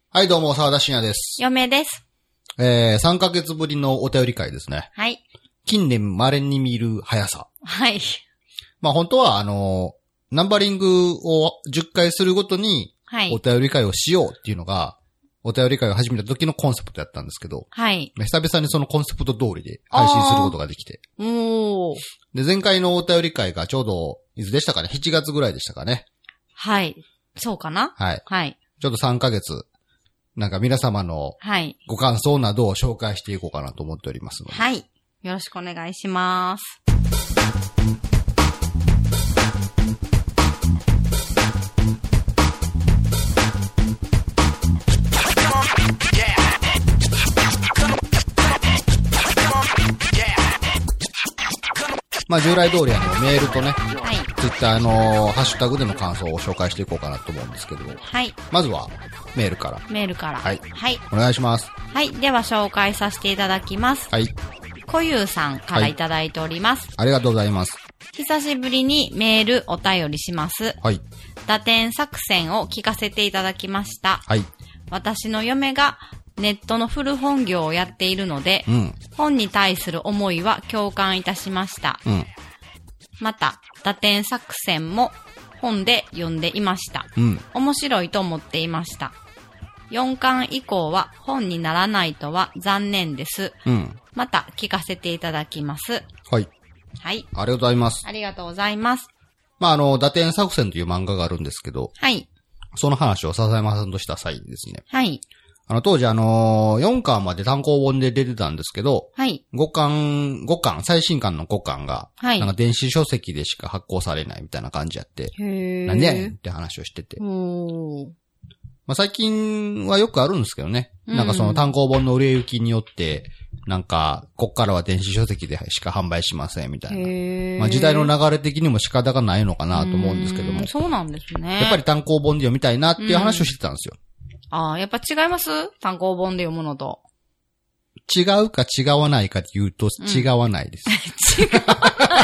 はい、どうも、沢田信也です。 嫁です。 3ヶ月ぶりのお便り会ですね。 はい。 近年稀に見る速さ。 はい。 まあ本当は、ナンバリングを10回するごとに、お便り会をしようっていうのが、お便り会を始めた時のコンセプトやったんですけど、 はい。 久々にそのコンセプト通りで配信することができて。 おー。 で、前回のお便り会がちょうど、いつでしたかね ?7 月ぐらいでしたかね。 はい。そうかな？ はい。 はい。 ちょうど3ヶ月、なんか皆様のご感想などを紹介していこうかなと思っておりますので。 はい。よろしくお願いします。 まあ従来通りメールとね、 はい、 ツイッターのハッシュタグでの感想を紹介していこうかなと思うんですけど、 はい。 まずはメールから。 メールから。 はい。 はい。 お願いします。 はい。では紹介させていただきます。 はい。 こゆうさんからいただいております。 ありがとうございます。 久しぶりにメールお便りします。 はい。 打点作戦を聞かせていただきました。 はい。 私の嫁がネットの古本業をやっているので、 うん、 本に対する思いは共感いたしました。 うん、 また、打点作戦も本で読んでいました。 うん、 面白いと思っていました。4巻以降は本にならないとは残念です。 うん、 また聞かせていただきます。 はい。 はい。 ありがとうございます。 ありがとうございます。 まあ、打点作戦という漫画があるんですけど、 はい。 その話を笹山さんとした際にですね。 はい。 当時4巻まで単行本で出てたんですけど、 はい。 5巻、最新巻の5巻が、 はい。 なんか電子書籍でしか発行されないみたいな感じやって、 へー。 なんでやねんって話をしてて。まあ、最近はよくあるんですけどね。なんかその単行本の売れ行きによって、なんか、こっからは電子書籍でしか販売しませんみたいな。まあ時代の流れ的にも仕方がないのかなと思うんですけども。 そうなんですね。 やっぱり単行本で読みたいなっていう話をしてたんですよ。 ああ、やっぱ違います単行本で読むのと。 違うか違わないかで言うと違わないです。 違わない。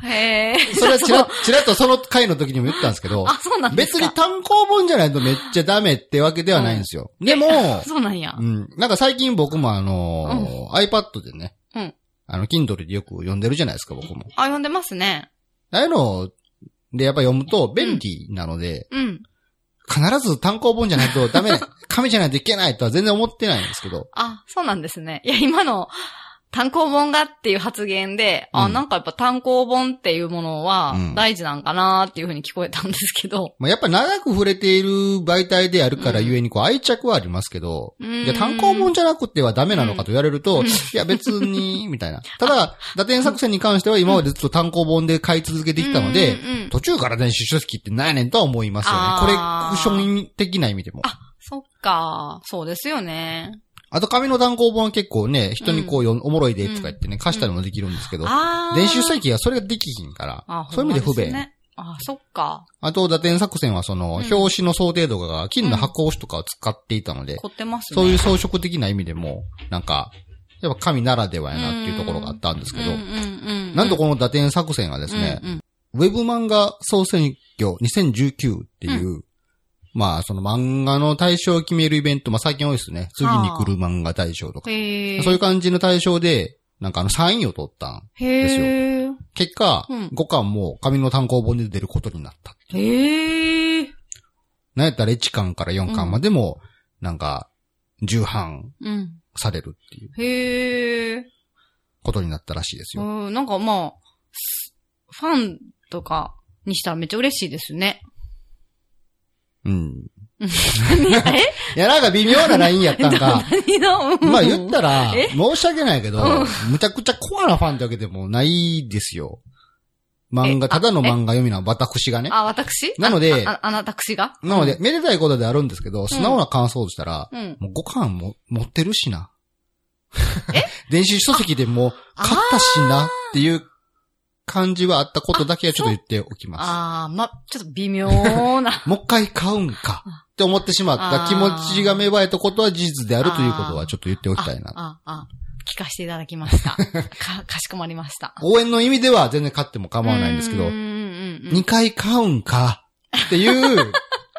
へえ。 それはちらっとその回の時にも言ったんですけど。 あ、そうなんですか。 別に単行本じゃないとめっちゃダメってわけではないんですよ。でも、 そうなんや。 うん。なんか最近僕もiPad でね。 うん。 Kindle でよく読んでるじゃないですか、僕も。 あ、読んでますね。 ああいうのでやっぱ読むと便利なので。 うん。 必ず単行本じゃないとダメ、紙じゃないといけないとは全然思ってないんですけど。 あ、そうなんですね。いや、今の単行本がっていう発言で、なんかやっぱ単行本っていうものは大事なんかなーっていう風に聞こえたんですけど。 まあ、やっぱ長く触れている媒体であるからゆえに愛着はありますけど、いや単行本じゃなくてはダメなのかと言われると、いや別に、みたいな。ただ、打点作戦に関しては今までずっと単行本で買い続けてきたので、途中から電子書籍って何やねんとは思いますよね。コレクション的な意味でも。 あ、そっか。そうですよね。 あと紙の単行本は結構ね、人にこうおもろいでとか言ってね、貸したりもできるんですけど、電子書籍はそれができひんから、そういう意味で不便。 あ、そっか。 あと、打点作戦はその、表紙の想定度が金の箱押しとかを使っていたので、 凝ってますね。 そういう装飾的な意味でも、なんか、やっぱ紙ならではやなっていうところがあったんですけど、なんとこの打点作戦はですね、ウェブ漫画総選挙2019っていう、まあ、その漫画の対象を決めるイベント、まあ最近多いですね。次に来る漫画大賞とか。そういう感じの対象で、なんか3位を取ったんですよ。結果、5巻も紙の単行本で出ることになった。なんやったら1巻から4巻までも、なんか、重版されるっていう。ことになったらしいですよ。 なんかまあ、ファンとかにしたらめっちゃ嬉しいですね。 うん。いや、なんか微妙なラインやったんか。まあ言ったら、申し訳ないけど、むちゃくちゃコアなファンってわけでもないですよ。漫画、ただの漫画読みな私がね。 あ、私なので、 私がなので、めでたいことであるんですけど、素直な感想としたら、もう5巻も持ってるしな。電子書籍でも買ったしなっていう感じはあったことだけはちょっと言っておきます。 ちょっと微妙な。 もう一回買うんかって思ってしまった気持ちが芽生えたことは事実であるということはちょっと言っておきたいな。 聞かせていただきました。かしこまりました。 応援の意味では全然買っても構わないんですけど、2回買うんかっていう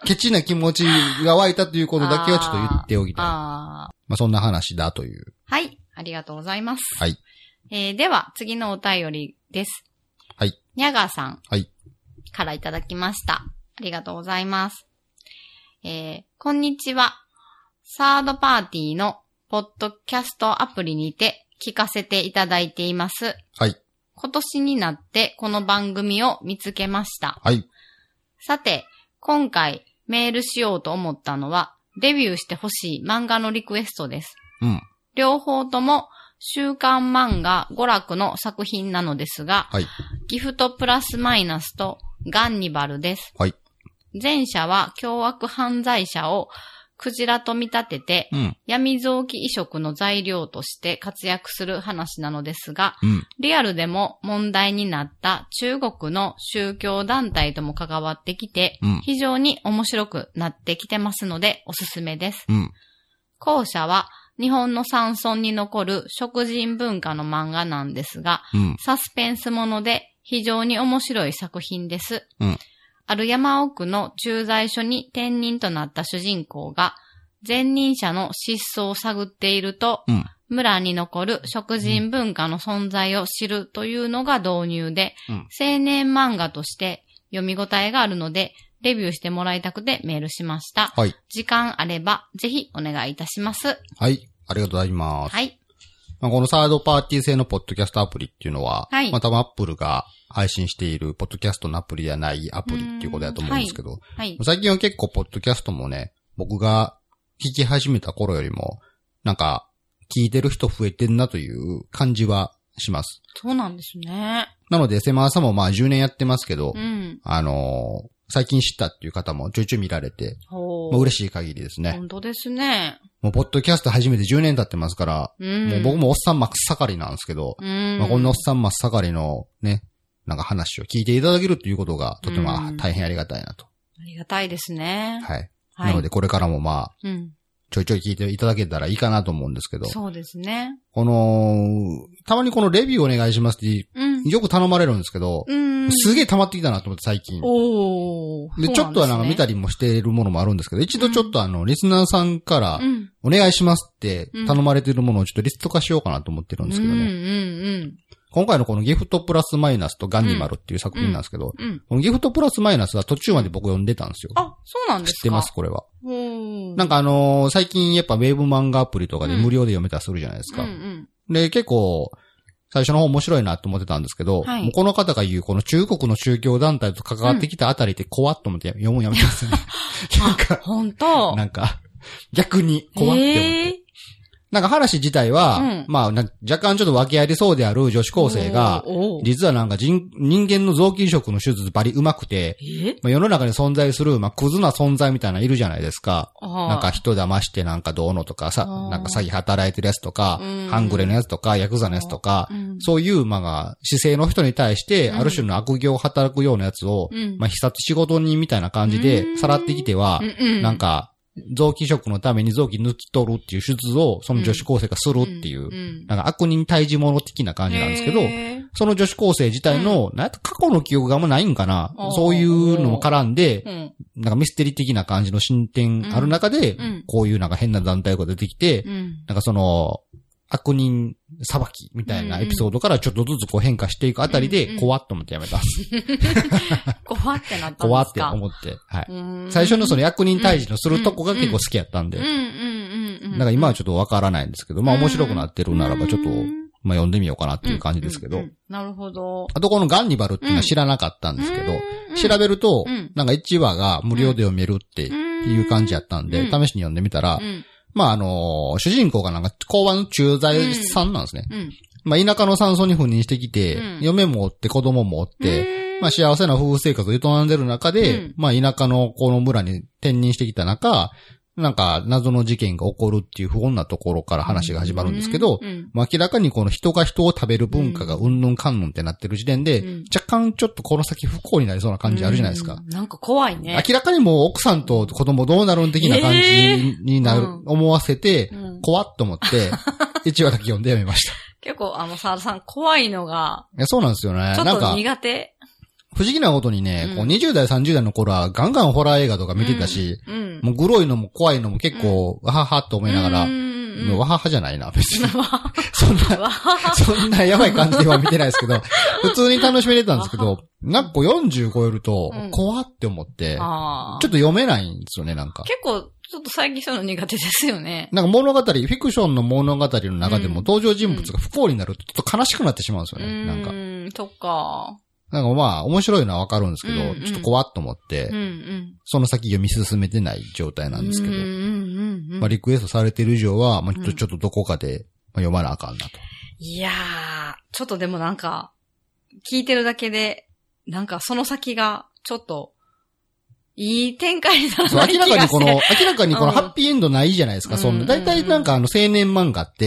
ケチな気持ちが湧いたということだけはちょっと言っておきたい。まあそんな話だという。 はい。ありがとうございます。 はい。 では、次のお便りです。 はい。 にゃがさん。 はい。 からいただきました。ありがとうございます。こんにちは。サードパーティーのポッドキャストアプリにて聞かせていただいています。 はい。 今年になってこの番組を見つけました。 はい。 さて、今回メールしようと思ったのは、デビューしてほしい漫画のリクエストです。 うん。 両方とも週刊漫画娯楽の作品なのですが、 はい。 ギフトプラスマイナスとガンニバルです。 はい。 前者は凶悪犯罪者をクジラと見立てて、闇臓器移植の材料として活躍する話なのですが、リアルでも問題になった中国の宗教団体とも関わってきて、非常に面白くなってきてますのでおすすめです。後者は日本の山村に残る食人文化の漫画なんですが、サスペンスもので非常に面白い作品です。ある山奥の駐在所に転任となった主人公が、前任者の失踪を探っていると、村に残る食人文化の存在を知るというのが導入で、青年漫画として読み応えがあるので、レビューしてもらいたくてメールしました。 はい。 時間あれば、ぜひお願いいたします。 はい。ありがとうございます。 はい。 このサードパーティー製のポッドキャストアプリっていうのは、 はい。 多分アップルが配信しているポッドキャストのアプリではないアプリっていうことだと思うんですけど、 はい。 最近は結構ポッドキャストもね、僕が聞き始めた頃よりも、なんか、聞いてる人増えてんなという感じはします。 そうなんですね。 なので、セマーさんもまあ10年やってますけど、最近知ったっていう方もちょいちょい見られて、嬉しい限りですね。 本当ですね。 もうポッドキャスト始めて10年経ってますから、もう僕もおっさん真っ盛りなんですけど、まあ、こんなおっさん真っ盛りのね、なんか話を聞いていただけるということがとても大変ありがたいなと。 ありがたいですね。 はい。はい、なのでこれからもまあ、ちょいちょい聞いていただけたらいいかなと思うんですけど。 そうですね。 たまにこのレビューお願いしますって、よく頼まれるんですけど、すげえ溜まってきたなと思って最近。で、ちょっとはなんか見たりもしているものもあるんですけど、一度ちょっとリスナーさんから、お願いしますって頼まれているものをちょっとリスト化しようかなと思ってるんですけどね。今回のこのギフトプラスマイナスとガンニマルっていう作品なんですけど、このギフトプラスマイナスは途中まで僕読んでたんですよ。 あ、そうなんですか？ 知ってます、これは。なんか最近やっぱウェブ漫画アプリとかで無料で読めたりするじゃないですか。で、結構、最初の方面白いなと思ってたんですけど、もうこの方が言うこの中国の宗教団体と関わってきたあたりって怖っと思って読むのやめてますね。なんか、 本当なんか、逆に怖って思って。なんか話自体は、まあ、若干ちょっと訳ありそうである女子高生が、実はなんか人間の臓器移植の手術バリ上手くて、まあ、世の中に存在する、まあ、クズな存在みたいなのいるじゃないですか。なんか人騙してなんかどうのとかさ、なんか詐欺働いてるやつとか、半グレのやつとか、ヤクザのやつとか、そういう、まあ、姿勢の人に対して、ある種の悪行を働くようなやつを、まあ、必殺仕事人みたいな感じで、さらってきては、なんか、臓器移植のために臓器抜き取るっていう手術をその女子高生がするっていう、なんか悪人退治者的な感じなんですけど、その女子高生自体の、なんか過去の記憶があんまないんかな、そういうのも絡んで、なんかミステリー的な感じの進展ある中で、こういうなんか変な団体が出てきて、なんかその、悪人裁きみたいなエピソードからちょっとずつこう変化していくあたりで、怖っと思ってやめた。 怖ってなったんですか？ 怖って思って。はい。最初のその悪人退治のするとこが結構好きやったんで。なんか今はちょっとわからないんですけど、まあ面白くなってるならばちょっと、まあ読んでみようかなっていう感じですけど。 なるほど。 あとこのガンニバルっていうのは知らなかったんですけど、調べると、なんか1話が無料で読めるっていう感じやったんで、試しに読んでみたら、まあ主人公がなんか公安の駐在さんなんですね。まあ田舎の山村に赴任してきて、嫁もおって子供もおって、まあ幸せな夫婦生活を営んでる中で、まあ田舎のこの村に転任してきた中、なんか謎の事件が起こるっていう不穏なところから話が始まるんですけど、まあ明らかにこの人が人を食べる文化がうんぬんかんぬんってなってる時点で、若干ちょっとこの先不幸になりそうな感じあるじゃないですか。 なんか怖いね。 明らかにもう奥さんと子供どうなるん的な感じになる、思わせて、怖っと思って、1話だけ読んでやめました。 結構沢田さん怖いのが。 いや、そうなんですよね。 ちょっと苦手。 不思議なことにね、こう20代、30代の頃はガンガンホラー映画とか見てたし、もうグロいのも怖いのも結構、わははって思いながら、わははじゃないな、別に。そんなやばい感じでは見てないですけど、普通に楽しめてたんですけど、なんかこう40超えると、怖って思って、ちょっと読めないんですよね、なんか。 結構、ちょっと最近そういうの苦手ですよね。 なんか物語、フィクションの物語の中でも登場人物が不幸になるとちょっと悲しくなってしまうんですよね、なんか。 そっか。 なんかまあ、面白いのはわかるんですけど、ちょっと怖っと思って、その先読み進めてない状態なんですけど、まあ、リクエストされてる以上は、まあ、ちょっとどこかで読まなあかんなと。 いやー、ちょっとでもなんか、聞いてるだけで、なんかその先が、ちょっと、いい展開にならない気がして。 明らかにこのハッピーエンドないじゃないですか、そんな。だいたいなんか青年漫画って、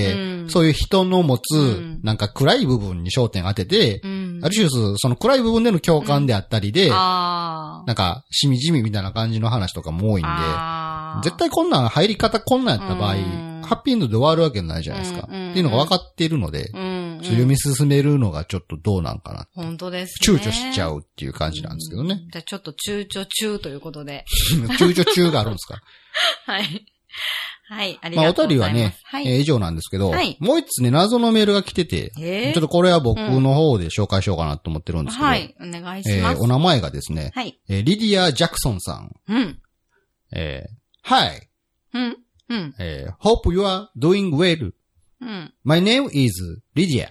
そういう人の持つ、なんか暗い部分に焦点当てて、ある種その暗い部分での共感であったりで、なんか、しみじみみたいな感じの話とかも多いんで、絶対こんなん入り方こんなんやった場合、ハッピーエンドで終わるわけないじゃないですか。っていうのが分かっているので、読み進めるのがちょっとどうなんかな。 本当ですね。 躊躇しちゃうっていう感じなんですけどね。 じゃあちょっと躊躇中ということで。 躊躇中があるんですか？ はい。はい、ありがとうございます。 まあ、お便りはね、以上なんですけど、もう一つね、謎のメールが来てて、ちょっとこれは僕の方で紹介しようかなと思ってるんですけど、 はい、お願いします。 お名前がですね、リディア・ジャクソンさん。Hi. Hope you are doing well. My name is Lydia.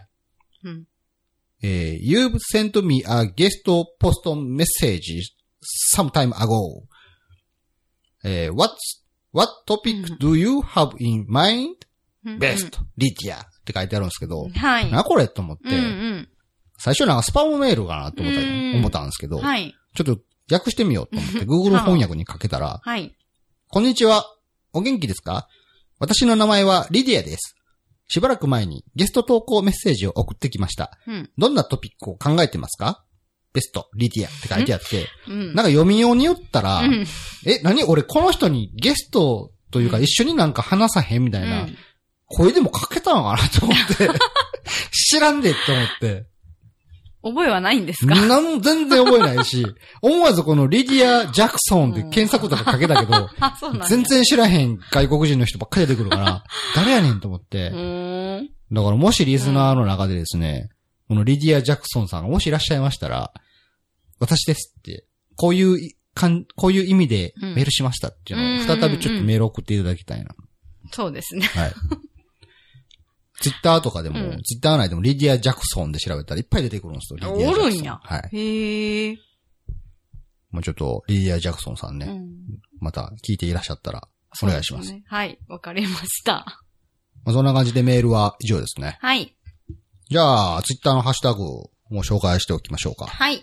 You've sent me a guest post message sometime ago. What topic do you have in mind? Best, Lydia って書いてあるんですけど、なこれと思って、最初なんかスパムメールかなと思ったんですけど、ちょっと訳してみようと思って Google 翻訳にかけたら、こんにちは。お元気ですか？私の名前はリディアです。しばらく前にゲスト投稿メッセージを送ってきました。どんなトピックを考えてますか？ベスト、リディアって書いてあって、なんか読みようによったら、何俺この人にゲストというか一緒になんか話さへんみたいな、声でもかけたのかなと思って、知らんでって思って。 覚えはないんですか？ 全然覚えないし、思わずこのリディア・ジャクソンで検索とかかけたけど、全然知らへん外国人の人ばっかり出てくるから、誰やねんと思って。だからもしリスナーの中でですね、このリディア・ジャクソンさんがもしいらっしゃいましたら、私ですって、こういう意味でメールしましたっていうのを、再びちょっとメール送っていただきたいな。 そうですね。 はい。ツイッターとかでも、ツイッター内でもリディア・ジャクソンで調べたらいっぱい出てくるんですよ、リディア・ジャクソン。 おるんや。 はい。 へー。 もうちょっと、リディア・ジャクソンさんね、また聞いていらっしゃったら、お願いします。 ね、はい、わかりました。 まあ、そんな感じでメールは以上ですね。 はい。 じゃあ、ツイッターのハッシュタグを紹介しておきましょうか。 はい。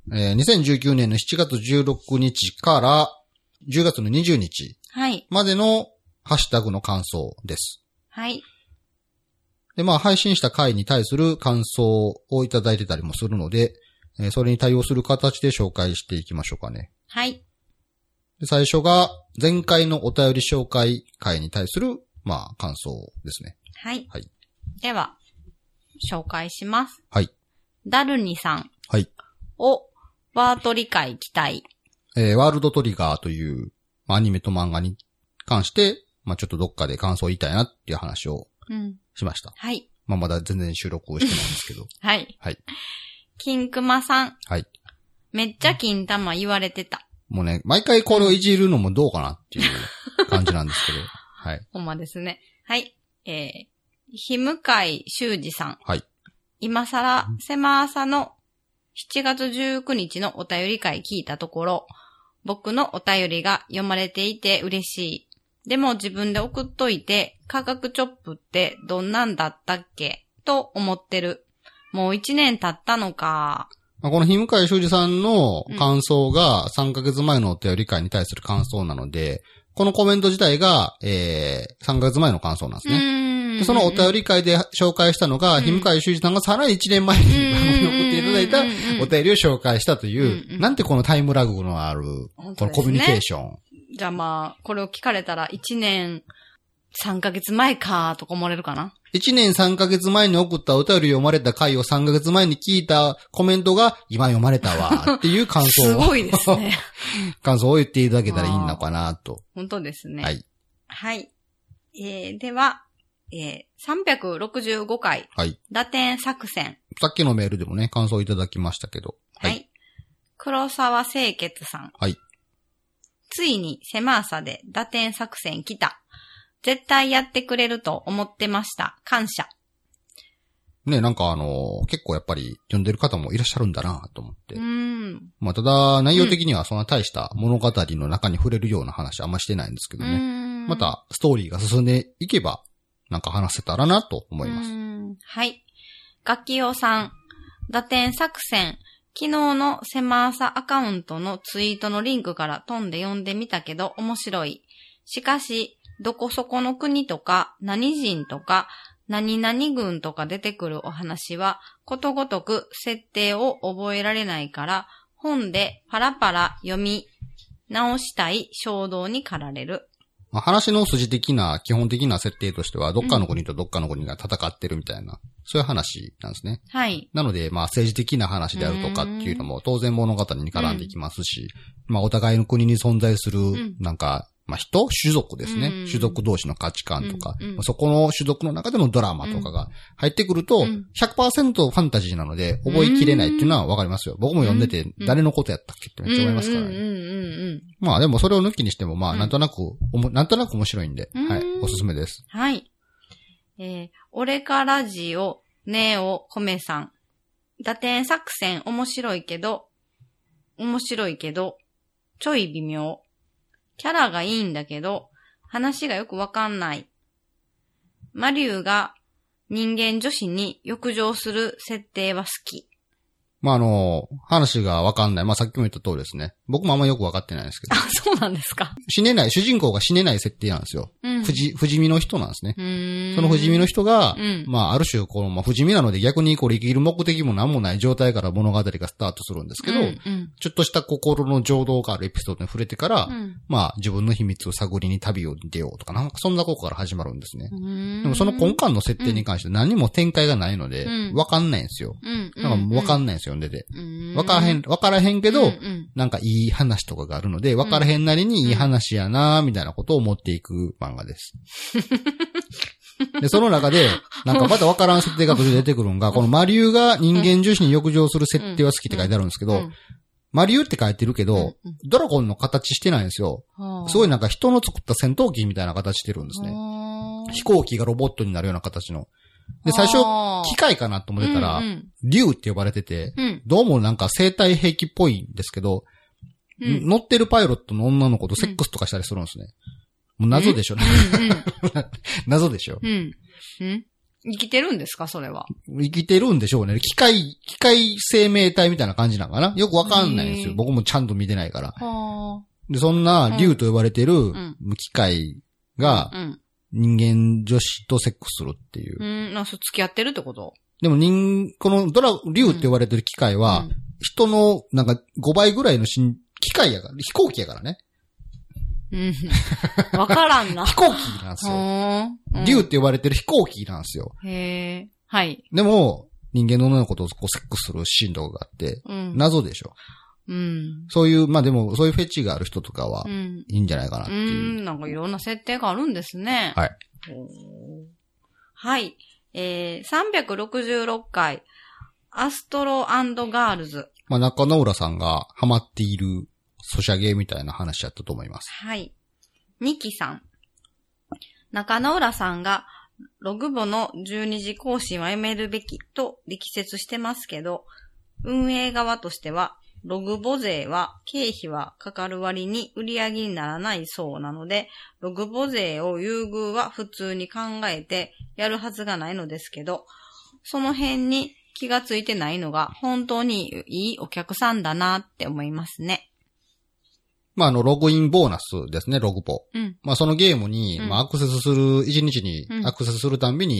2019年の7月16日から10月の20日までのハッシュタグの感想です。 はい。 で、まあ、配信した回に対する感想をいただいてたりもするので、それに対応する形で紹介していきましょうかね。 はい。 で、最初が、前回のお便り紹介回に対する、まあ、感想ですね。 はい。はい。では、紹介します。 はい。 ダルニさん。 はい。 ワート理解期待。 ワールドトリガーという、アニメと漫画に関して、まあ、ちょっとどっかで感想を言いたいなっていう話をしました。 はい。 まあ、まだ全然収録をしてないんですけど。 はい。 はい。 金熊さん。 はい。 めっちゃ金玉言われてた。 もうね、毎回これをいじるのもどうかなっていう感じなんですけど。はい。 ほんまですね。はい。日向井修二さん。 はい。 今更、狭朝の7月19日のお便り会聞いたところ、僕のお便りが読まれていて嬉しい。でも自分で送っといて、価格チョップってどんなんだったっけと思ってる。もう1年経ったのか。 この日向井修二さんの感想が3ヶ月前のお便り会に対する感想なので、このコメント自体が、3ヶ月前の感想なんですね。でそのお便り会で紹介したのが、日向井修二さんがさらに1年前に番組に送っていただいたお便りを紹介したという、なんてこのタイムラグのある、このコミュニケーション。 じゃあまあ、これを聞かれたら1年 3ヶ月前かとか思われるかな。 1年3ヶ月前に送ったお便り読まれた回を3ヶ月前に聞いたコメントが今読まれたわっていう感想を。 すごいですね。 感想を言っていただけたらいいのかなと。 本当ですね。 はい。 はい。では、365回。 はい。 打点作戦。 さっきのメールでもね、感想いただきましたけど。 はい。黒沢清潔さん。 はい。 ついに狭さで打点作戦来た。絶対やってくれると思ってました。感謝。 ね、なんか結構やっぱり読んでる方もいらっしゃるんだなと思って。まあただ内容的にはそんな大した物語の中に触れるような話あんましてないんですけどね。またストーリーが進んでいけばなんか話せたらなと思います。 はい。楽器用さん。打点作戦。昨日の狭さアカウントのツイートのリンクから飛んで読んでみたけど面白い。しかし、どこそこの国とか何人とか何々軍とか出てくるお話はことごとく設定を覚えられないから本でパラパラ読み直したい衝動に駆られる。 まあ、話の筋的な基本的な設定としてはどっかの国とどっかの国が戦ってるみたいな、そういう話なんですね。 はい。 なのでまあ政治的な話であるとかっていうのも当然物語に絡んでいきますし、まあお互いの国に存在するなんかまあ種族ですね。種族同士の価値観とか、そこの種族の中でのドラマとかが入ってくると、100% ファンタジーなので覚えきれないっていうのはわかりますよ。僕も読んでて誰のことやったっけってめっちゃ思いますからね。まあでもそれを抜きにしてもまあなんとなく面白いんで、はい、おすすめです。 はい。俺かラジオ、ネオ、コメさん。打点作戦面白いけど、ちょい微妙。キャラがいいんだけど、話がよくわかんない。マリュウが人間女子に浴場する設定は好き。 まあ話がわかんない。まあさっきも言った通りですね。僕もあんまよくわかってないんですけど。 あ、そうなんですか。 死ねない、主人公が死ねない設定なんですよ。不死身の人なんですね。その不死身の人が、まあある種不死身なので逆に生きる目的も何もない状態から物語がスタートするんですけど、ちょっとした心の情動があるエピソードに触れてから、まあ自分の秘密を探りに旅を出ようとか、なんかそんなことから始まるんですね。でもその根幹の設定に関して何も展開がないので、わかんないんですよ。なんかわかんないんですよ。読んでて。わからへんけど、なんかいい話とかがあるので、わからへんなりにいい話やなみたいなことを思っていく漫画です。で、その中で、なんかまたわからん設定が途中で出てくるのが、このマリュウが人間女子に浴場する設定は好きって書いてあるんですけど、マリュウって書いてるけど、ドラゴンの形してないんですよ。すごいなんか人の作った戦闘機みたいな形してるんですね。飛行機がロボットになるような形の。で、最初、機械かなと思ってたら、竜って呼ばれてて、どうもなんか生体兵器っぽいんですけど、乗ってるパイロットの女の子とセックスとかしたりするんですね。もう謎でしょね。謎でしょ。 生きてるんですかそれは。 生きてるんでしょうね。機械生命体みたいな感じなのかなよくわかんないんですよ。僕もちゃんと見てないから。で、そんな竜と呼ばれてる機械が、人間女子とセックスするっていう。 付き合ってるってこと？ でもこの竜って呼ばれてる機械は、人のなんか5倍ぐらいの機械やから、飛行機やからね。 わからんな。 飛行機なんですよ。竜って呼ばれてる飛行機なんですよ。 へー。はい。 でも、人間の女の子とこうセックスするシーンとかがあって、謎でしょ。そういう、まあでも、そういうフェチがある人とかは、いいんじゃないかなっていう。 なんかいろんな設定があるんですね。 はい。 はい。366回、アストロ&ガールズ。 まあ中野浦さんがハマっているソシャゲみたいな話やったと思います。 はい。ニキさん。中野浦さんが、ログボの12時更新はやめるべきと力説してますけど、運営側としては、ログボ税は経費はかかる割に売り上げにならないそうなので、ログボ税を優遇は普通に考えてやるはずがないのですけど、その辺に気がついてないのが本当にいいお客さんだなって思いますね。 まあログインボーナスですね、ログボ。まあそのゲームに、まあアクセスする、1日にアクセスするたんびに、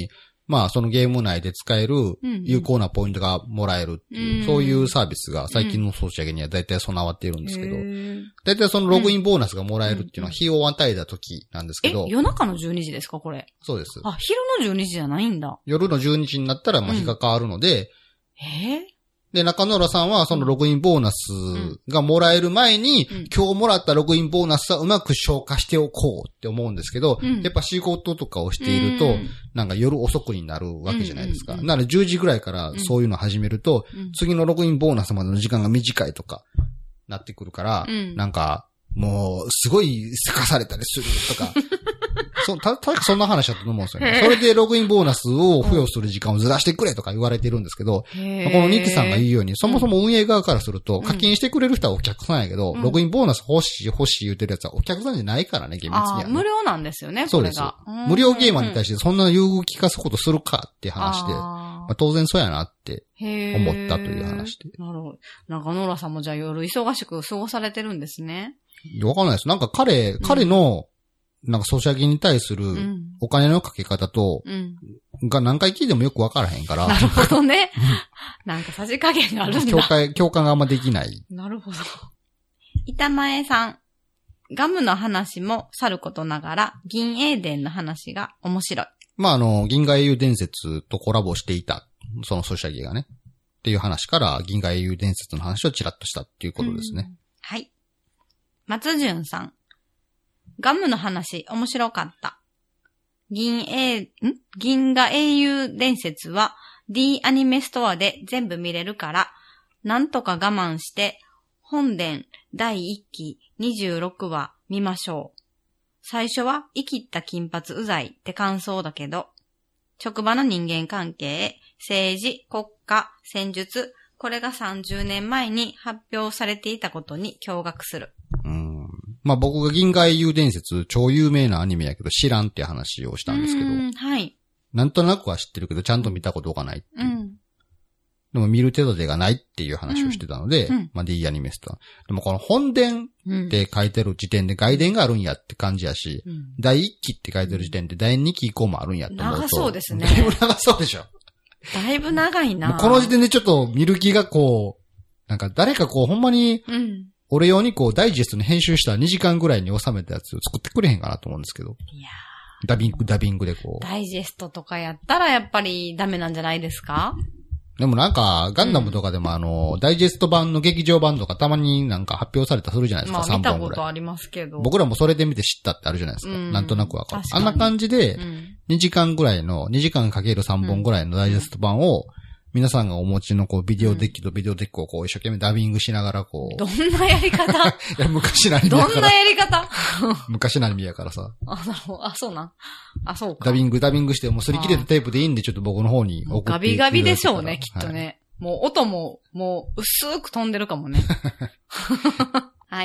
まあそのゲーム内で使える有効なポイントがもらえるっていう、そういうサービスが最近のソシャゲには大体備わっているんですけど、大体そのログインボーナスがもらえるっていうのは日を与えた時なんですけど。 夜中の12時ですかこれ。 そうです。 あ、昼の12時じゃないんだ。 夜の12時になったらもう日が変わるので、で、中野浦さんはそのログインボーナスがもらえる前に、今日もらったログインボーナスはうまく消化しておこうって思うんですけど、やっぱ仕事とかをしていると、なんか夜遅くになるわけじゃないですか。なので10時ぐらいからそういうのを始めると、次のログインボーナスまでの時間が短いとかなってくるから、なんかもうすごいせかされたりするとか、ただそんな話だと思うんですよね。それでログインボーナスを付与する時間をずらしてくれとか言われてるんですけど、このニキさんが言うように、そもそも運営側からすると、課金してくれる人はお客さんやけど、ログインボーナス欲しい言ってるやつはお客さんじゃないからね、厳密には、ね。 無料なんですよね、 そうです。無料ゲーマーに対してそんな優遇聞かすことするかっていう話で、まあ、当然そうやなって思ったという話で。 なるほど。中野浦さんもじゃあ夜忙しく過ごされてるんですね。 わかんないです。なんか彼の、なんかソシャゲに対するお金のかけ方と、が何回聞いてもよくわからへんから。 なるほどね。なんかさじ加減があるんだ。 共感があんまできない。 なるほど。板前さん。ガムの話もさることながら、銀英伝の話が面白い。 まあ銀河英雄伝説とコラボしていた、そのソシャゲがね。っていう話から、銀河英雄伝説の話をチラッとしたっていうことですね。 はい。松潤さん。ガムの話面白かった。銀河英雄伝説は D アニメストアで全部見れるから、なんとか我慢して本伝第1期26話見ましょう。最初は生きった金髪うざいって感想だけど、職場の人間関係、政治、国家、戦術、これが30年前に発表されていたことに驚愕する。 まあ僕が銀河英雄伝説超有名なアニメやけど知らんって話をしたんですけど。 はい。 なんとなくは知ってるけどちゃんと見たことがないっていう。でも見る手立てがないっていう話をしてたので、まあ D アニメスト。でもこの本伝って書いてる時点で外伝があるんやって感じやし、第1期って書いてる時点で第2期以降もあるんやって思うと。 長そうですね。 だいぶ長そうでしょ。 だいぶ長いな。 この時点でちょっと見る気がこう、なんか誰かこうほんまに、俺用にこうダイジェストに編集した2時間ぐらいに収めたやつを作ってくれへんかなと思うんですけど。いやダビングでこう。 ダイジェストとかやったらやっぱりダメなんじゃないですか？ でもなんか、ガンダムとかでもダイジェスト版の劇場版とかたまになんか発表されたりするじゃないですか、3本ぐらい。 まあ見たことありますけど。 僕らもそれで見て知ったってあるじゃないですか。なんとなくわかる。あんな感じで、2時間ぐらいの、2時間かける3本ぐらいのダイジェスト版を、皆さんがお持ちのこうビデオデッキとビデオデッキをこう一生懸命ダビングしながらこう。 どんなやり方いや、昔のアニメやから。 どんなやり方昔のアニメやからさ。 なるほど。そうなん。そうか。 ダビングして、もう擦り切れたテープでいいんでちょっと僕の方に送ってガビガビでしょうね、きっとね。もう音も、もう薄く飛んでるかもね。はい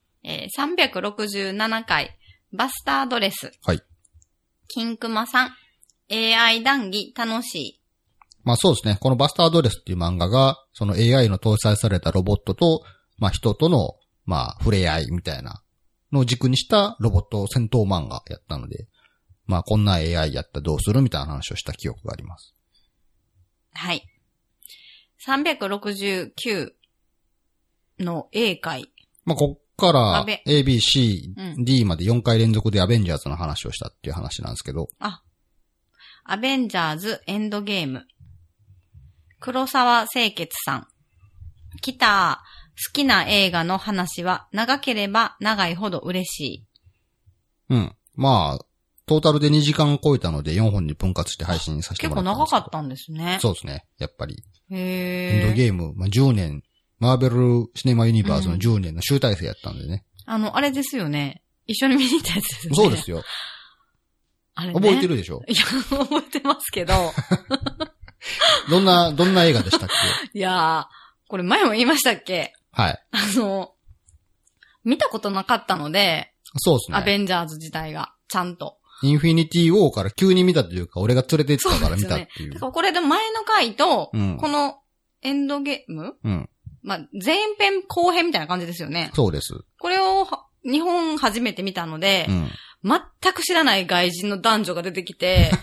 。367回、バスタードレス。 はい。 金熊さん、AI 談義楽しい。 まあそうですね。このバスタードレスっていう漫画が、その AI の搭載されたロボットと、まあ人との、まあ触れ合いみたいなのを軸にしたロボット戦闘漫画やったので、まあこんな AI やったらどうするみたいな話をした記憶があります。 はい。369の A 回。 まあこっから A、B、C、D まで4回連続でアベンジャーズの話をしたっていう話なんですけど。 アベンジャーズエンドゲーム。黒沢清潔さん。来た。好きな映画の話は長ければ長いほど嬉しい。 まあ、トータルで2時間超えたので4本に分割して配信させてもらったんですけど。 結構長かったんですね。 そうですね。やっぱり。 エンドゲーム、まあ、10年、マーベルシネマユニバースの10年の集大成やったんでね。 あれですよね。一緒に見に行ったやつですね。 そうですよ。あれね。覚えてるでしょ？ いや、覚えてますけど。 どんな映画でしたっけ？いやー、これ前も言いましたっけ？ はい。 見たことなかったので、 そうですね。 アベンジャーズ自体が、ちゃんと。 インフィニティウォーから急に見たというか、俺が連れて行ったから見たっていう。 だからこれで前の回と、このエンドゲーム？まあ、前編後編みたいな感じですよね。 そうです。 これを日本初めて見たので、全く知らない外人の男女が出てきて、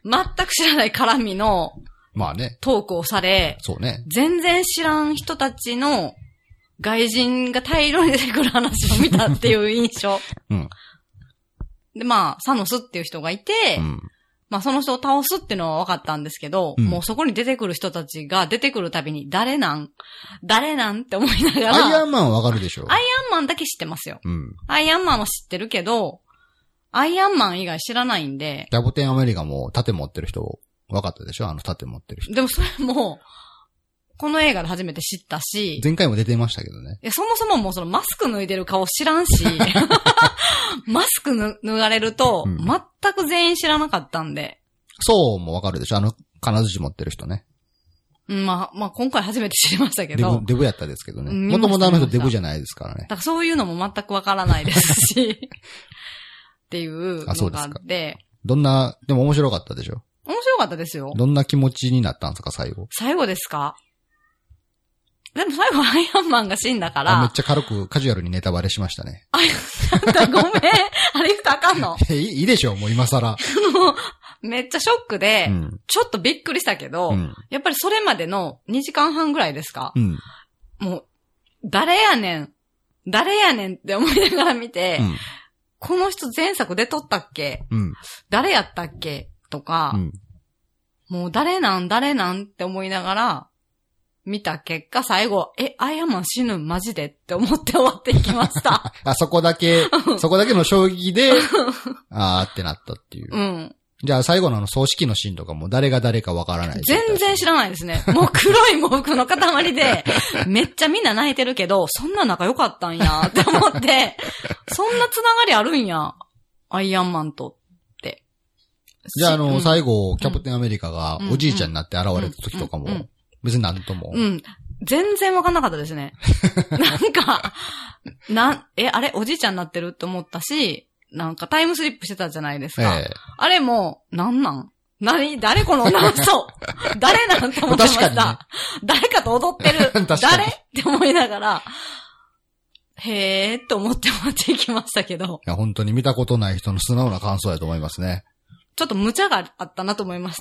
全く知らない絡みの、 まあね。 トークをされ、 そうね。 全然知らん人たちの外人が大量に出てくる話を見たっていう印象。 うん。 で、まあ、サノスっていう人がいて、うん、まあその人を倒すっていうのは分かったんですけど、うん、もうそこに出てくる人たちが出てくるたびに誰なんって思いながら。 アイアンマンは分かるでしょ？ アイアンマンだけ知ってますよ。 うん。 アイアンマンは知ってるけど、アイアンマン以外知らないんで。 キャプテンアメリカも盾持ってる人分かったでしょ？盾持ってる人。 でもそれも、この映画で初めて知ったし。 前回も出てましたけどね。 いや、そもそももうそのマスク脱いでる顔知らんし、マスク脱がれると、全く全員知らなかったんで。 そうもわかるでしょ？金槌持ってる人ね。 まあ、今回初めて知りましたけど。 デブやったですけどね。もともとあの人デブじゃないですからね。 だからそういうのも全くわからないですし、っていうのがあって。あ、そうですか。 でも面白かったでしょ？ 面白かったですよ。 どんな気持ちになったんですか、最後。 最後ですか？でも最後アイアンマンが死んだから。 めっちゃ軽くカジュアルにネタバレしましたね。 あんたごめん。あれ言ったらあかんの？ いいでしょ、もう今更。 めっちゃショックで、ちょっとびっくりしたけど、やっぱりそれまでの2時間半ぐらいですか？もう、誰やねんって思いながら見て、この人前作出とったっけ？誰やったっけ？とか、もう誰なんって思いながら、見た結果、最後、アイアンマン死ぬマジでって思って終わっていきました。 そこだけの衝撃で、ってなったっていう。 うん。 じゃあ最後の葬式のシーンとかも誰が誰かわからない。 全然知らないですね。もう黒い喪服の塊で、めっちゃみんな泣いてるけど、そんな仲良かったんやって思って、そんなつながりあるんや、アイアンマンとって。 じゃあ最後、キャプテンアメリカがおじいちゃんになって現れた時とかも、別になんとも。 全然わかんなかったですね。なんか、あれおじいちゃんになってるって思ったし、なんかタイムスリップしてたじゃないですか。あれも、誰この女の人誰なんて思ってました。ね、誰かと踊ってる誰って思いながら、へーって思って終わっていきましたけど。 いや、本当に見たことない人の素直な感想やと思いますね。 ちょっと無茶があったなと思いました。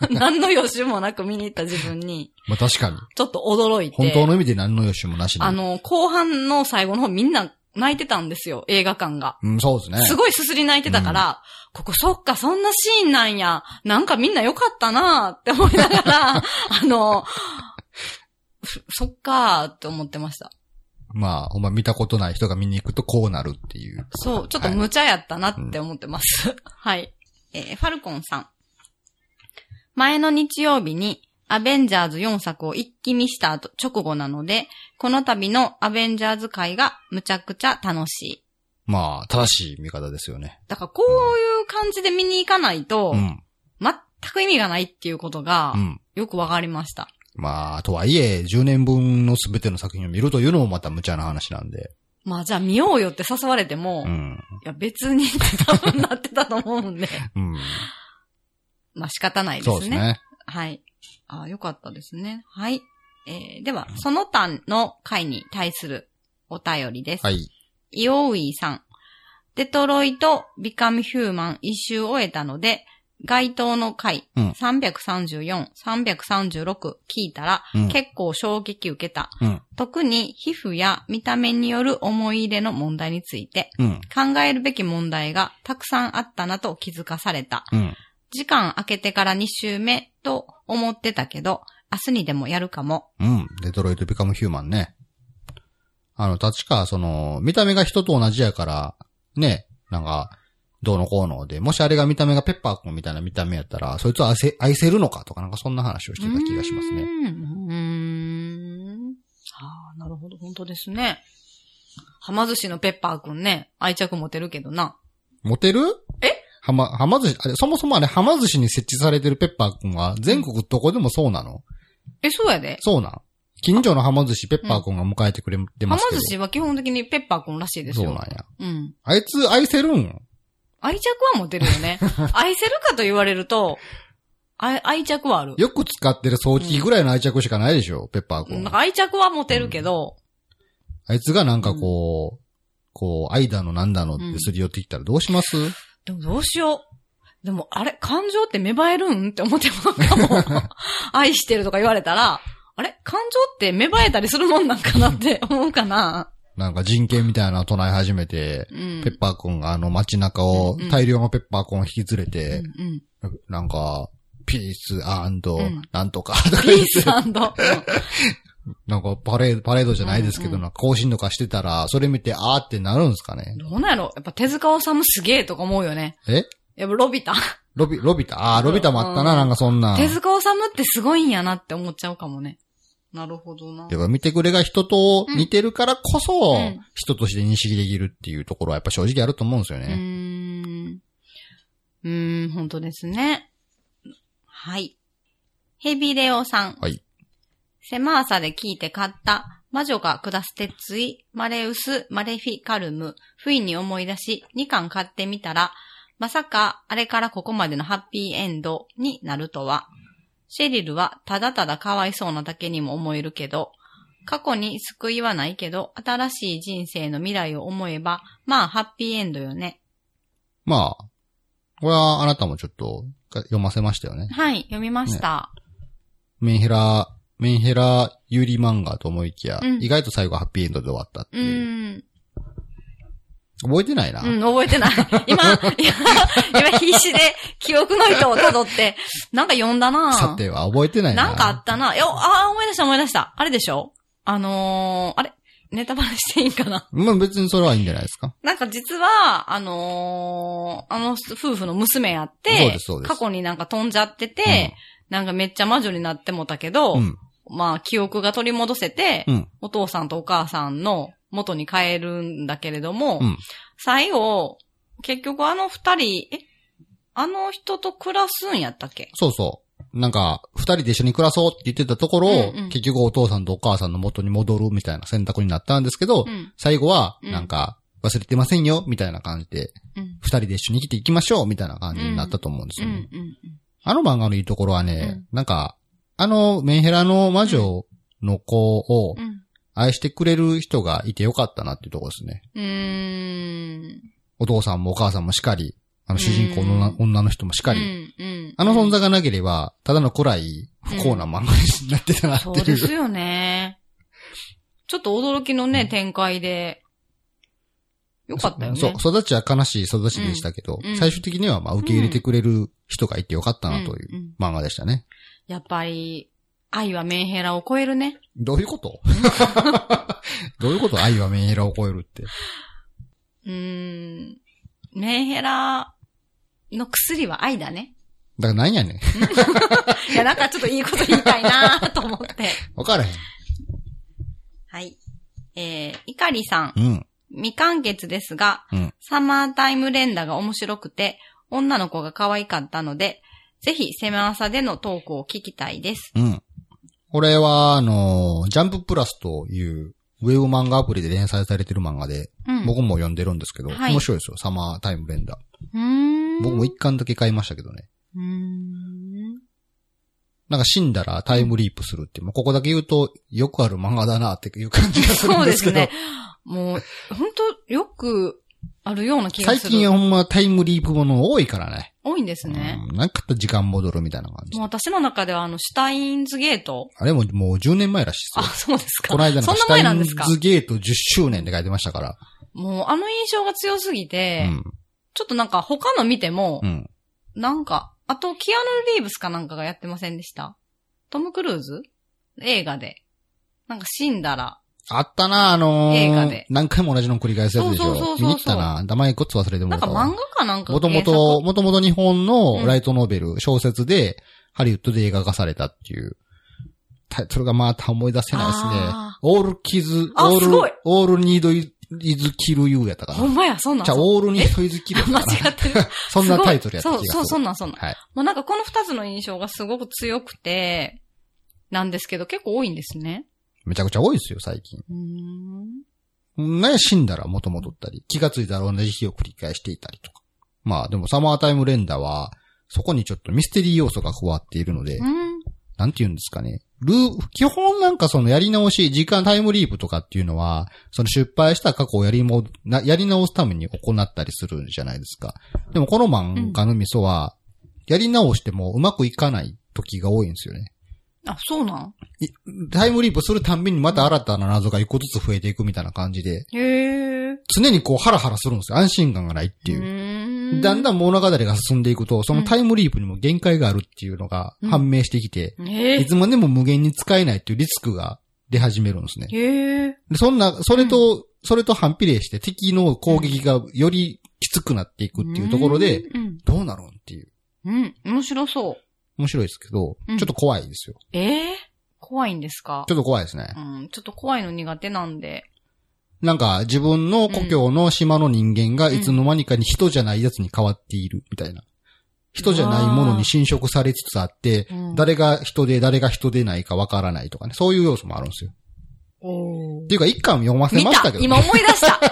何の予習もなく見に行った自分に。 まあ確かに。 ちょっと驚いて。 本当の意味で何の予習もなしに。 後半の最後の方みんな泣いてたんですよ、映画館が。 そうですね。 すごいすすり泣いてたから、ここそっか、そんなシーンなんや。なんかみんな良かったなって思いながら、そっかーって思ってました。 まあ、ほんま見たことない人が見に行くとこうなるっていう。 そう、ちょっと無茶やったなって思ってます。はい。ファルコンさん。前の日曜日にアベンジャーズ4作を一気見した直後なので、この度のアベンジャーズ回がむちゃくちゃ楽しい。 まあ、正しい見方ですよね。 だからこういう感じで見に行かないと、全く意味がないっていうことが、よくわかりました。まあ、とはいえ、10年分のすべての作品を見るというのもまた無茶な話なんで。 まあじゃあ見ようよって誘われても、いや別にって多分なってたと思うんで。まあ仕方ないですね。そうですね。はい。よかったですね。はい。では、その他の回に対するお便りです。はい。イオウイさん。デトロイト・ビカム・ヒューマン一周終えたので、該当の回、334、336聞いたら、結構衝撃受けた。特に皮膚や見た目による思い入れの問題について、考えるべき問題がたくさんあったなと気づかされた。時間空けてから2週目と思ってたけど、明日にでもやるかも。 デトロイト・ビカム・ヒューマンね。確か、見た目が人と同じやから、ね、なんか、どうのこうので、もしあれが見た目がペッパーくんみたいな見た目やったら、そいつを愛せるのかとかなんかそんな話をしてた気がしますね。 なるほど、本当ですね。はま寿司のペッパーくんね、愛着持てるけどな。 持てる？はま寿司、そもそもはま寿司に設置されてるペッパーくんは全国どこでもそうなの？ そうやで。 そうなん。近所のはま寿司ペッパーくんが迎えてくれてますけど。はま寿司は基本的にペッパーくんらしいですよ。 そうなんや。あいつ愛せるん？ 愛着は持てるよね。愛せるかと言われると、愛着はある。 よく使ってる掃除機ぐらいの愛着しかないでしょ、ペッパーくん。 なんか愛着は持てるけど。 あいつがなんか愛だのなんだのってすり寄ってきたらどうします？ でもどうしよう。 でも、あれ感情って芽生えるんって思ってもなんかも愛してるとか言われたら、あれ感情って芽生えたりするもんなんかなって思うかな。 なんか人権みたいなのを唱え始めて、ペッパーくんが街中を大量のペッパーくんを引き連れて、なんか、ピース&なんとかとか言って。ピース&なんかパレードじゃないですけど、なんか行進とかしてたら、それ見てあーってなるんですかね。 どうなんやろやっぱ手塚治虫すげえとか思うよね。やっぱロビタロビタロビタもあったな、なんかそんな。 手塚治虫ってすごいんやなって思っちゃうかもね。なるほどな。 やっぱ見てくれが人と似てるからこそ、人として認識できるっていうところはやっぱ正直あると思うんですよね。 本当ですね。はい。ヘビレオさん。 はい。 セマーサで聞いて買った魔女が下す鉄槌、マレウス、マレフィカルム、不意に思い出し2巻買ってみたら、まさかあれからここまでのハッピーエンドになるとは。シェリルはただただかわいそうなだけにも思えるけど、過去に救いはないけど、新しい人生の未来を思えば、まあハッピーエンドよね。 まあ、これはあなたもちょっと読ませましたよね。 はい、読みました。 メンヘラ有利漫画と思いきや、意外と最後ハッピーエンドで終わったっていう。覚えてないな。 覚えてない。今必死で記憶の糸を辿って、なんか読んだな。 さては覚えてないな。 なんかあったな。思い出した。あれでしょ？あれネタバレしていいんかな？ まあ別にそれはいいんじゃないですか。 なんか実は、あの夫婦の娘やって、 そうです。 過去になんか飛んじゃってて、なんかめっちゃ魔女になってもたけど、まあ記憶が取り戻せて、お父さんとお母さんの元に帰るんだけれども、最後、結局あの二人、あの人と暮らすんやったっけ？ そうそう。なんか、二人で一緒に暮らそうって言ってたところを、結局お父さんとお母さんの元に戻るみたいな選択になったんですけど、最後は、なんか、忘れてませんよ、みたいな感じで、二人で一緒に生きていきましょう、みたいな感じになったと思うんですよね。あの漫画のいいところはね、なんか、メンヘラの魔女の子を、愛してくれる人がいてよかったなっていうところですね。お父さんもお母さんもしかり、主人公の女の人もしかり、存在がなければ、ただの暗い不幸な漫画になってたなっていう。 そうですよね。ちょっと驚きのね、展開で、よかったよね。 そう、育ちは悲しい育ちでしたけど、最終的にはまあ受け入れてくれる人がいてよかったなという漫画でしたね。 やっぱり、愛はメンヘラを超えるね。 どういうことどういうこと愛はメンヘラを超えるって。 メンヘラの薬は愛だね。 だから何やねん。 いや、なんかちょっといいこと言いたいなと思って。 わからへん。 はい。いかりさん。未完結ですが、サマータイム連打が面白くて、女の子が可愛かったので、ぜひセマーサでのトークを聞きたいです。 これは、ジャンププラスというウェブ漫画アプリで連載されてる漫画で、僕も読んでるんですけど、面白いですよ、サマータイム連打。僕も一巻だけ買いましたけどね。なんか死んだらタイムリープするって、もうここだけ言うとよくある漫画だなっていう感じがするんですけど。そうですね。 もう、本当よくあるような気がする。 最近ほんまタイムリープもの多いからね。 多いんですね。 なんか時間戻るみたいな感じ。 もう私の中ではシュタインズゲート。 あれももう10年前らしいですよ。 あ、そうですか。 この間なんかシュタインズゲート10周年って書いてましたから。 もう印象が強すぎて、ちょっとなんか他の見ても、なんか、あとキアヌ・リーブスかなんかがやってませんでした？トム・クルーズ？映画で。なんか死んだら。 あったな、 映画で。 何回も同じの繰り返すやつでしょ。 そう。 見に行ったな。名前こっつ忘れてもらったわ。 なんか漫画かなんかもともと日本のライトノベル、小説で、ハリウッドで映画化されたっていう。それがまた思い出せないですね。all need is kill you やったかな。 ほんまや、そんなん。 じゃあ、all need is kill you 間違ってる。 そんなタイトルやった気がする。 そう、そんなん。 はい。 もうなんかこの二つの印象がすごく強くて、なんですけど結構多いんですね。 めちゃくちゃ多いですよ、最近。死んだら元戻ったり、気がついたら同じ日を繰り返していたりとか。まあでもサマータイム連打は、そこにちょっとミステリー要素が加わっているので、なんて言うんですかね。 基本なんかそのやり直し、時間タイムリープとかっていうのは、その失敗した過去をやり直すために行ったりするんじゃないですか。でもこの漫画のミソは、やり直してもうまくいかない時が多いんですよね。 あ、そうなん？ タイムリープするたんびにまた新たな謎が一個ずつ増えていくみたいな感じで。 へー。常にこうハラハラするんですよ。安心感がないっていう。だんだん物語が進んでいくと、そのタイムリープにも限界があるっていうのが判明してきて、いつまでも無限に使えないっていうリスクが出始めるんですね。 へー。 でそれと反比例して敵の攻撃がよりきつくなっていくっていうところで、どうなるんっていう。 面白そう。 面白いですけど、ちょっと怖いですよ。 怖いんですか？ ちょっと怖いですね。 ちょっと怖いの苦手なんで。 なんか自分の故郷の島の人間がいつの間にかに人じゃないやつに変わっているみたいな。人じゃないものに侵食されつつあって、誰が人で誰が人でないかわからないとかね。そういう要素もあるんですよ。っていうか一巻読ませましたけど、ね。 今思い出した。わかった。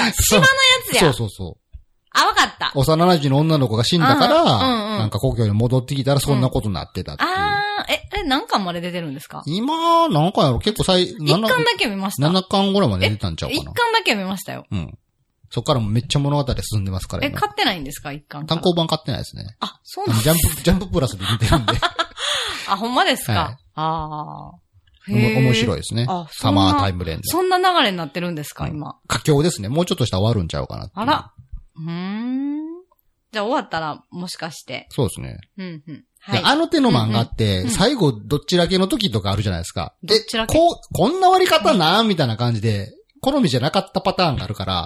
島のやつや。 そう。 あ、わかった。 幼馴染の女の子が死んだから、なんか故郷に戻ってきたらそんなことになってたっていう。 何巻まで出てるんですか？ 今、なんかやろ、結構1巻だけ見ました。 7巻ぐらいまで出たんちゃうかな。 1巻だけ見ましたよ。 そっからもめっちゃ物語進んでますから。 買ってないんですか？ 1 巻。 単行版買ってないですね。 あ、そうなんですか。ジャンププラスで見てるんで。 あ、ほんまですか？ 面白いですね。サマータイムレンド。 そんな流れになってるんですか、今。 佳境ですね。もうちょっとしたら終わるんちゃうかなって。 あら。じゃあ終わったら、もしかして。 そうですね。はい、あの手の漫画って、最後、どっちらけの時とかあるじゃないですか。 どっちらけ？ こんな割り方なみたいな感じで、好みじゃなかったパターンがあるから、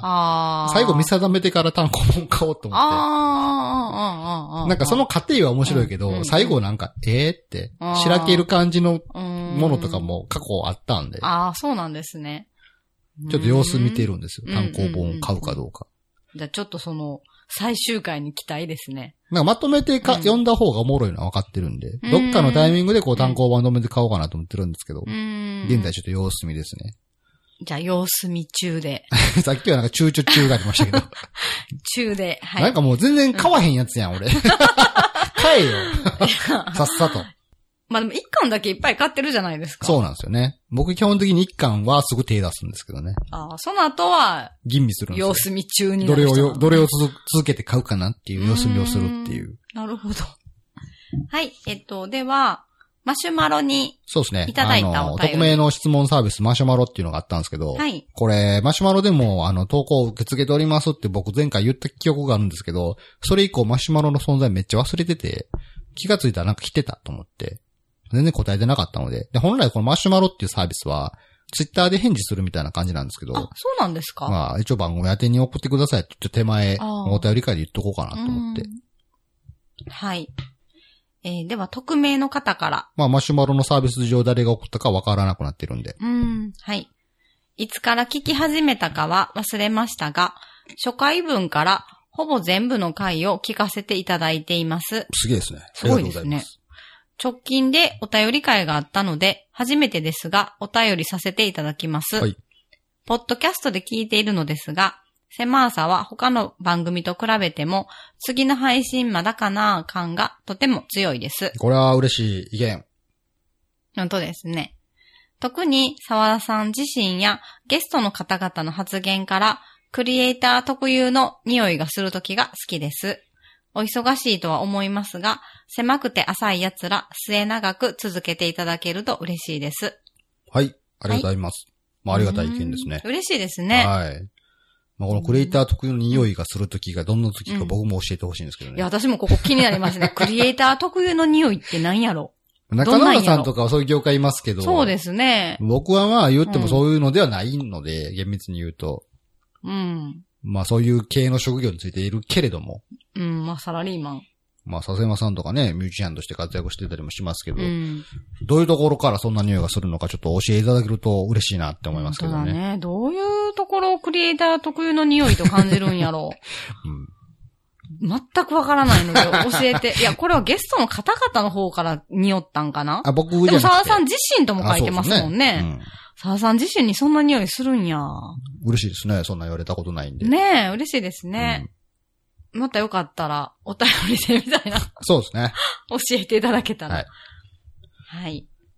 最後見定めてから単行本買おうと思って。なんかその過程は面白いけど、最後なんか、ってしらける感じのものとかも過去あったんで。 そうなんですね。 ちょっと様子見てるんですよ。単行本を買うかどうか。 じゃあちょっと最終回に期待ですね。 なんかまとめて読んだ方がおもろいのは分かってるんで、どっかのタイミングで単行版止めて買おうかなと思ってるんですけど、現在ちょっと様子見ですね。 じゃあ様子見中で。 さっきはなんか躊躇中がありましたけど。 中で、はい。 なんかもう全然買わへんやつやん、俺。買えよ。さっさと。 まあでも1巻だけいっぱい買ってるじゃないですか。 そうなんですよね。僕基本的に1巻はすぐ手出すんですけどね。 その後は、 吟味するんですよ。 様子見中になる人。 どれを続けて買うかなっていう様子見をするっていう。 なるほど。はい。では、マシュマロに、 そうですね。 いただいたお便り。 匿名の質問サービスマシュマロっていうのがあったんですけど、 はい。 これ、マシュマロでも、投稿を受け付けておりますって僕前回言った記憶があるんですけど、それ以降マシュマロの存在めっちゃ忘れてて、気がついたらなんか来てたと思って、全然答えてなかったので、本来このマシュマロっていうサービスは、ツイッターで返事するみたいな感じなんですけど、 そうなんですか？ まあ、一応番組宛てに送ってくださいって言って手前、お便り会で言っとこうかなと思って。 はい。では、匿名の方から。 まあ、マシュマロのサービス上誰が送ったかわからなくなってるんで。 はい。いつから聞き始めたかは忘れましたが、初回分からほぼ全部の回を聞かせていただいています。 すげえですね。 すごいですね。直近でお便り会があったので、初めてですが、お便りさせていただきます。はい。ポッドキャストで聞いているのですが、セマーサは他の番組と比べても、次の配信まだかな感がとても強いです。 これは嬉しい意見。 本当ですね。特に沢田さん自身やゲストの方々の発言から、クリエイター特有の匂いがするときが好きです。お忙しいとは思いますが、狭くて浅い奴ら末永く続けていただけると嬉しいです。 はい、ありがとうございます。まあ、ありがたい意見ですね。 嬉しいですね。 はい。まあ、このクリエイター特有の匂いがするときがどんなときか僕も教えてほしいんですけどね。 いや、私もここ気になりますね。クリエイター特有の匂いって何やろ？ 中野さんとかはそういう業界いますけど。 そうですね。 僕はまあ言ってもそういうのではないので、厳密に言うと。まあそういう系の職業についているけれども。 まあサラリーマン。 まあ笹山さんとかね、ミュージシャンとして活躍してたりもしますけど、どういうところからそんな匂いがするのかちょっと教えていただけると嬉しいなって思いますけどね。 そうだね。どういうところをクリエイター特有の匂いと感じるんやろう。全くわからないので教えて。いや、これはゲストの方々の方から匂ったんかな？ 僕じゃなくて。 でも沢田さん自身とも書いてますもんね。沢田さん自身にそんな匂いするんや。 嬉しいですね。そんな言われたことないんで。 ねえ、嬉しいですね。またよかったら、お便りでみたいな。 そうですね。 教えていただけたら。 はい。 はい。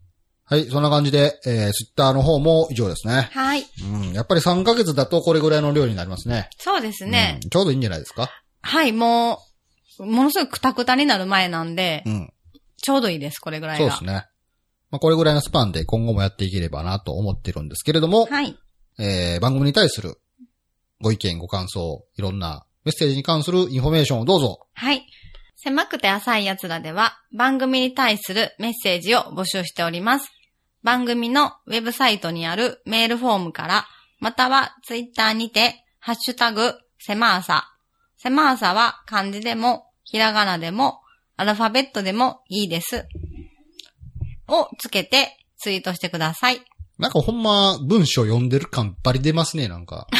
はい、そんな感じで、Twitter の方も以上ですね。 はい。 やっぱり3ヶ月だとこれぐらいの量になりますね。 そうですね。 ちょうどいいんじゃないですか？ はい、ものすごくクタクタになる前なんで、ちょうどいいです、これぐらいが。 そうですね。まあ、これぐらいのスパンで今後もやっていければなと思ってるんですけれども、 はい。 番組に対するご意見、ご感想、いろんなメッセージに関するインフォメーションをどうぞ。 はい。狭くて浅い奴らでは番組に対するメッセージを募集しております。番組のウェブサイトにあるメールフォームから、またはツイッターにて、ハッシュタグ、セマーサ。セマーサは漢字でも、ひらがなでも、アルファベットでもいいです。をつけてツイートしてください。 なんかほんま文章読んでる感バリ出ますね、なんか。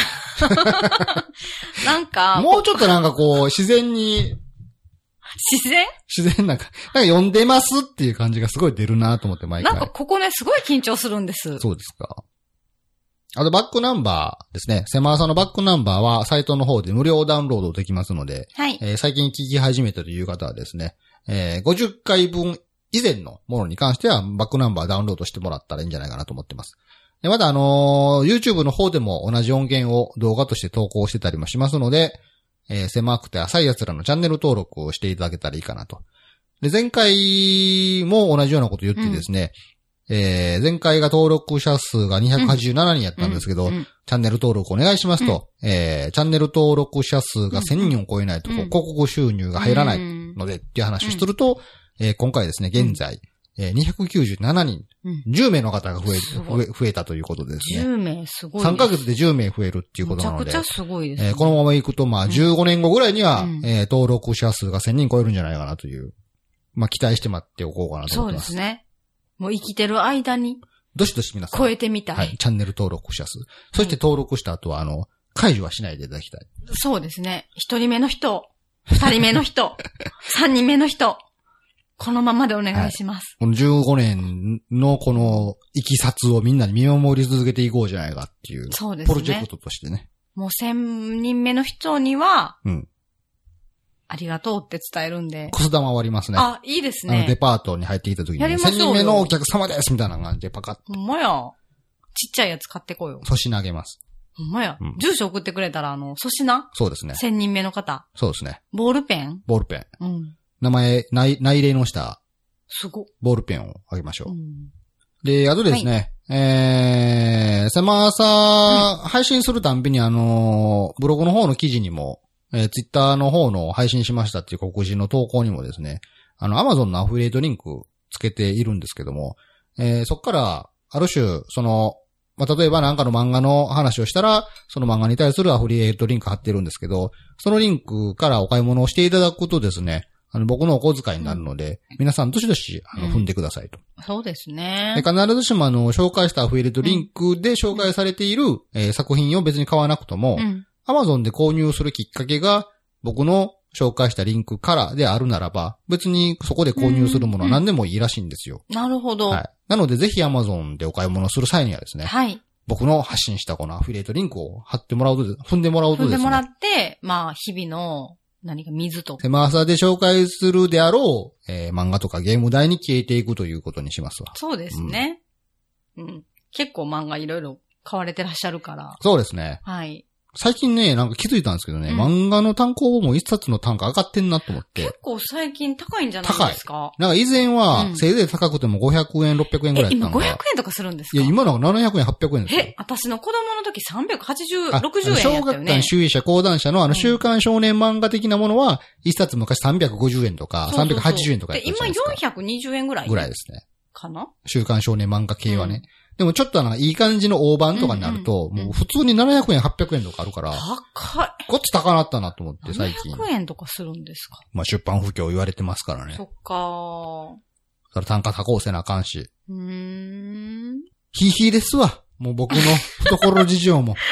なんか。 もうちょっとなんかこう、自然に。自然なんか読んでますっていう感じがすごい出るなと思って毎回。 なんかここね、すごい緊張するんです。 そうですか。あとバックナンバーですね。セマーサのバックナンバーはサイトの方で無料ダウンロードできますので、 はい。 最近聞き始めたという方はですね、50回分以前のものに関してはバックナンバーダウンロードしてもらったらいいんじゃないかなと思ってます。で、まだYouTube の方でも同じ音源を動画として投稿してたりもしますので、狭くて浅い奴らのチャンネル登録をしていただけたらいいかなと。で、前回も同じようなこと言ってですね、前回が登録者数が287人やったんですけど、チャンネル登録お願いしますと、チャンネル登録者数が1000人を超えないと、広告収入が入らないのでっていう話をすると、今回ですね、現在、297人、10名の方が増えたということでですね。 10名すごいです。 3ヶ月で10名増えるっていうことなので。 めちゃくちゃすごいですね。 このまま行くと、まあ、15年後ぐらいには、登録者数が1000人超えるんじゃないかなという、まあ、期待して待っておこうかなと思ってます。 そうですね。もう生きてる間に。 どしどし皆さん。 超えてみたい。 はい。チャンネル登録者数。そして登録した後は、解除はしないでいただきたい。 そうですね。1人目の人、2人目の人、3人目の人。このままでお願いします。 この15年のこのいきさつをみんなに見守り続けていこうじゃないかっていう。そうですね。プロジェクトとしてね。 もう1000人目の人には、ありがとうって伝えるんで。 くす玉割りますね。 あ、いいですね。 デパートに入ってきた時に、1000人目のお客様ですみたいな感じでパカッ。 ほんまや。ちっちゃいやつ買ってこよう。 粗品あげます。 ほんまや。住所送ってくれたら粗品？ そうですね。 1000人目の方。 そうですね。 ボールペン？ ボールペン。名前、内例のしたすご。 ボールペンをあげましょう。で、あとですね、狭朝、配信するたんびにブログの方の記事にも、ツイッターの方の配信しましたっていう告示の投稿にもですね、Amazon のアフィリエイトリンクつけているんですけども、そっから、ある種、例えばなんかの漫画の話をしたら、その漫画に対するアフィリエイトリンク貼ってるんですけど、そのリンクからお買い物をしていただくとですね、僕のお小遣いになるので、皆さんどしどし、踏んでくださいと。 そうですね。 で、必ずしも紹介したアフィリエイトリンクで紹介されている、作品を別に買わなくとも、Amazon で購入するきっかけが、僕の紹介したリンクからであるならば、別にそこで購入するものは何でもいいらしいんですよ。 なるほど。 はい。なので、ぜひ Amazon でお買い物する際にはですね、 はい。 僕の発信したこのアフィリエイトリンクを貼ってもらうと、踏んでもらうとですね。 踏んでもらって、まあ、日々の、何か水とか。 狭朝で紹介するであろう、漫画とかゲーム代に消えていくということにしますわ。 そうですね。結構漫画いろいろ買われてらっしゃるから。 そうですね。 はい。 最近ね、なんか気づいたんですけどね、漫画の単行本も一冊の単価上がってんなと思って。 結構最近高いんじゃないですか？ なんか以前は、せいぜい高くても500円、600円ぐらいだったのが。 今500円とかするんですか？ いや、今のが700円、800円ですよ。 私の子供の時380、60円やったよね。 小学館集英社講談社の週刊少年漫画的なものは、一冊昔350円とか、380円とかやったじゃないですか。 で、今420円ぐらい。 ぐらいですね。 かな？ 週刊少年漫画系はね。でもちょっといい感じの大判とかになると、もう普通に700円、800円とかあるから。 高い。 こっち高なったなと思って最近。 700円とかするんですか？ まあ出版不況言われてますからね。 そっかだから単価高せなあかんし。ひいひいですわ。もう僕の懐事情も。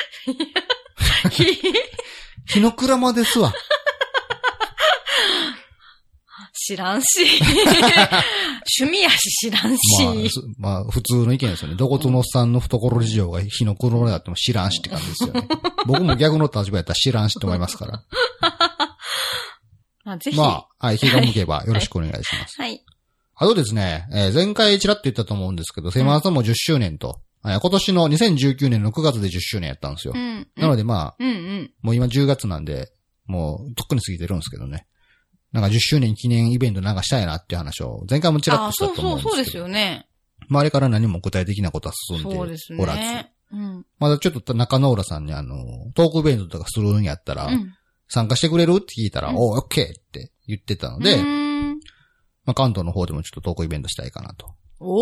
ひのくらまですわ。 知らんし。趣味やし知らんし。 まあ、普通の意見ですよね。どことのおっさんの懐事情が日の黒だっても知らんしって感じですよね。僕も逆の立場やったら知らんしって思いますから。 ぜひ。 まあ、はい、気が向けばよろしくお願いします。 はい。 あとですね、前回ちらっと言ったと思うんですけど、セマさんも10周年と、今年の2019年の9月で10周年やったんですよ。なのでまあ、もう今10月なんで、もうとっくに過ぎてるんですけどね。なんか10周年記念イベントなんかしたいなっていう話を前回もちらっとしたと思うんですけど。 そうですよね。 まああれから何も具体的なことは進んでおらず。まだちょっと中野浦さんにトークイベントとかするんやったら、参加してくれるって聞いたら、オッケーって言ってたので、まあ関東の方でもちょっとトークイベントしたいかなと。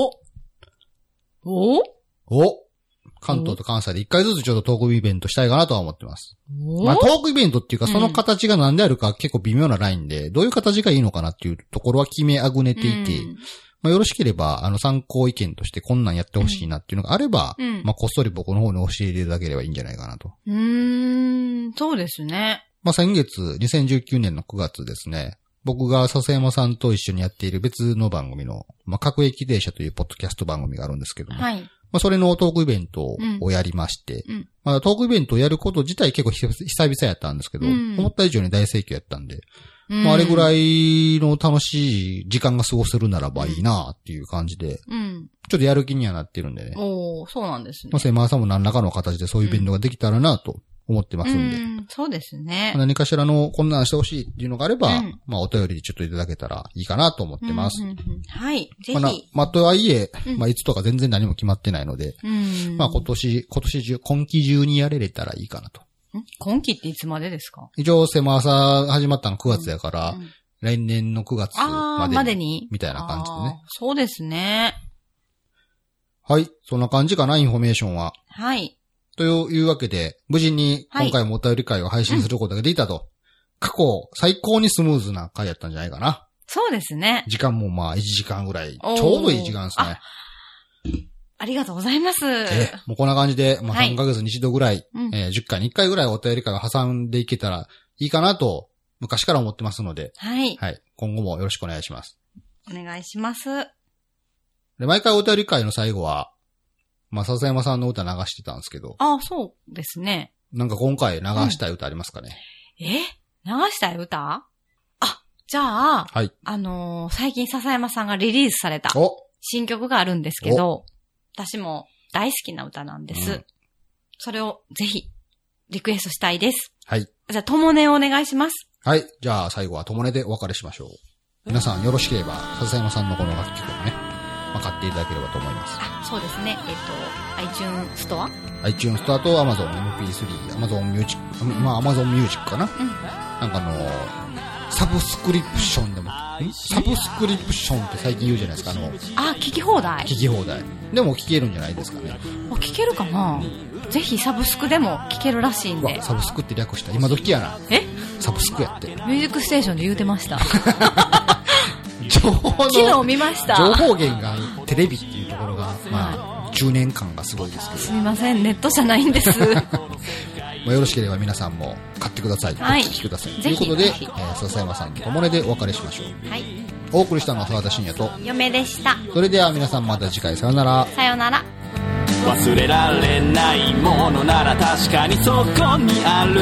関東と関西で1回ずつちょっとトークイベントしたいかなとは思ってます。まあトークイベントっていうかその形が何であるか結構微妙なラインで、どういう形がいいのかなっていうところは決めあぐねていて、まあよろしければ参考意見としてこんなんやってほしいなっていうのがあれば、まあこっそり僕の方に教えていただければいいんじゃないかなと。 そうですね。 まあ先月、2019年の9月ですね、僕が笹山さんと一緒にやっている別の番組の、まあ各駅停車というポッドキャスト番組があるんですけども、まあそれのトークイベントをやりまして、まあトークイベントをやること自体結構久々やったんですけど、思った以上に大盛況やったんで、まああれぐらいの楽しい時間が過ごせるならばいいなっていう感じで、ちょっとやる気にはなってるんでね。 そうなんですね。 まあセマーさんも何らかの形でそういうイベントができたらなと思ってますんで。 そうですね。 何かしらのこんなんしてほしいっていうのがあれば、まあお便りでちょっといただけたらいいかなと思ってます。 はい。ぜひ。 まあとはいえ、まあいつとか全然何も決まってないので、まあ今期中にやれれたらいいかなと。 今期っていつまでですか？ 一応セマーサ始まったの9月やから、来年の9月までにみたいな感じでね。 そうですね。 はい。そんな感じかな、インフォメーションは。 はい。 というわけで、無事に今回もお便り会を配信することができたと。過去最高にスムーズな回やったんじゃないかな。 そうですね。 時間もまあ1時間ぐらい。ちょうどいい時間ですね。 ありがとうございます。 もうこんな感じで、まあ3ヶ月に一度ぐらい、10回に1回ぐらいお便り会を挟んでいけたらいいかなと、昔から思ってますので。はい。はい。今後もよろしくお願いします。 お願いします。 で、毎回お便り会の最後は、まあ、笹山さんの歌流してたんですけど。 そうですね。 なんか今回流したい歌ありますかね？ 流したい歌？じゃあ、 はい。 最近笹山さんがリリースされた新曲があるんですけど、私も大好きな歌なんです。それをぜひリクエストしたいです。 はい。 じゃあ、ともねをお願いします。 はい。じゃあ最後はともねでお別れしましょう。皆さんよろしければ笹山さんのこの楽曲をね、買っていただければと思います。 そうですね。iTunes ストア？ iTunes ストアと Amazon MP3、Amazon Music、Amazon Music かな？なんかサブスクリプションでも、サブスクリプションって最近言うじゃないですか、 聞き放題？ 聞き放題。でも聞けるんじゃないですかね。 聞けるかな？ぜひサブスクでも聞けるらしいんで。 サブスクって略した。今時やな。サブスクやって。 ミュージックステーションで言うてました。 情報の昨日見ました。 情報源がテレビっていうところが、まあ、10年間がすごいですけど。 すみません、ネットじゃないんです。 よろしければ皆さんも買ってください。はい。お聴きください。ということで、笹山さんとともねでお別れしましょう。はい。お送りしたのは沢田信也と、 嫁でした。 それでは皆さんまた次回さよなら。 さよなら。 忘れられないものなら確かにそこにある。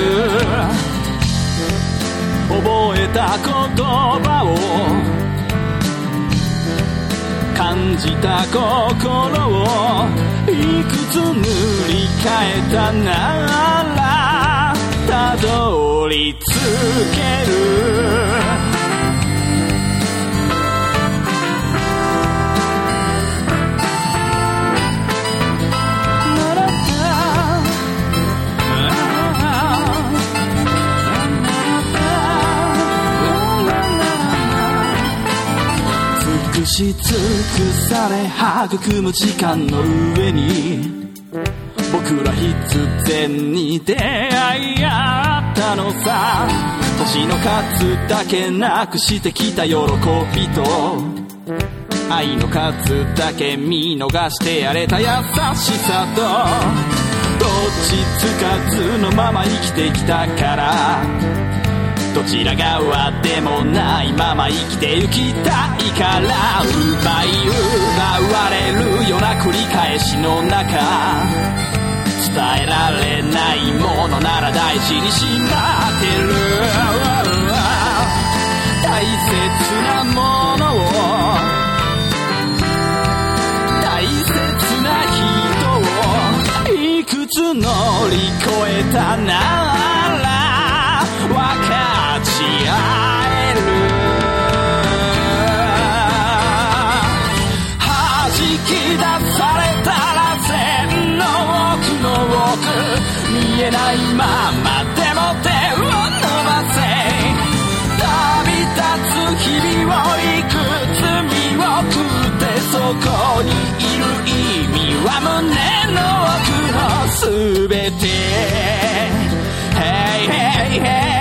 覚えた言葉を感じた心をいくつ塗り替えたならたどり着ける。し尽くされ育む時間の上に僕ら必然に出会い合ったのさ。年の数だけなくしてきた喜びと愛の数だけ見逃してやれた優しさとどっちつかずのまま生きてきたからどちら側でもないまま生きてゆきたいから奪い奪われるような繰り返しの中伝えられないものなら大事にしまってる大切なものをつ乗り越えたなら分かち合える弾き出されたら線の奥の奥見えないままでも手を伸ばせ旅立つ日々をいくつ見送ってそこにいる意味は胸の奥のすべて Hey hey hey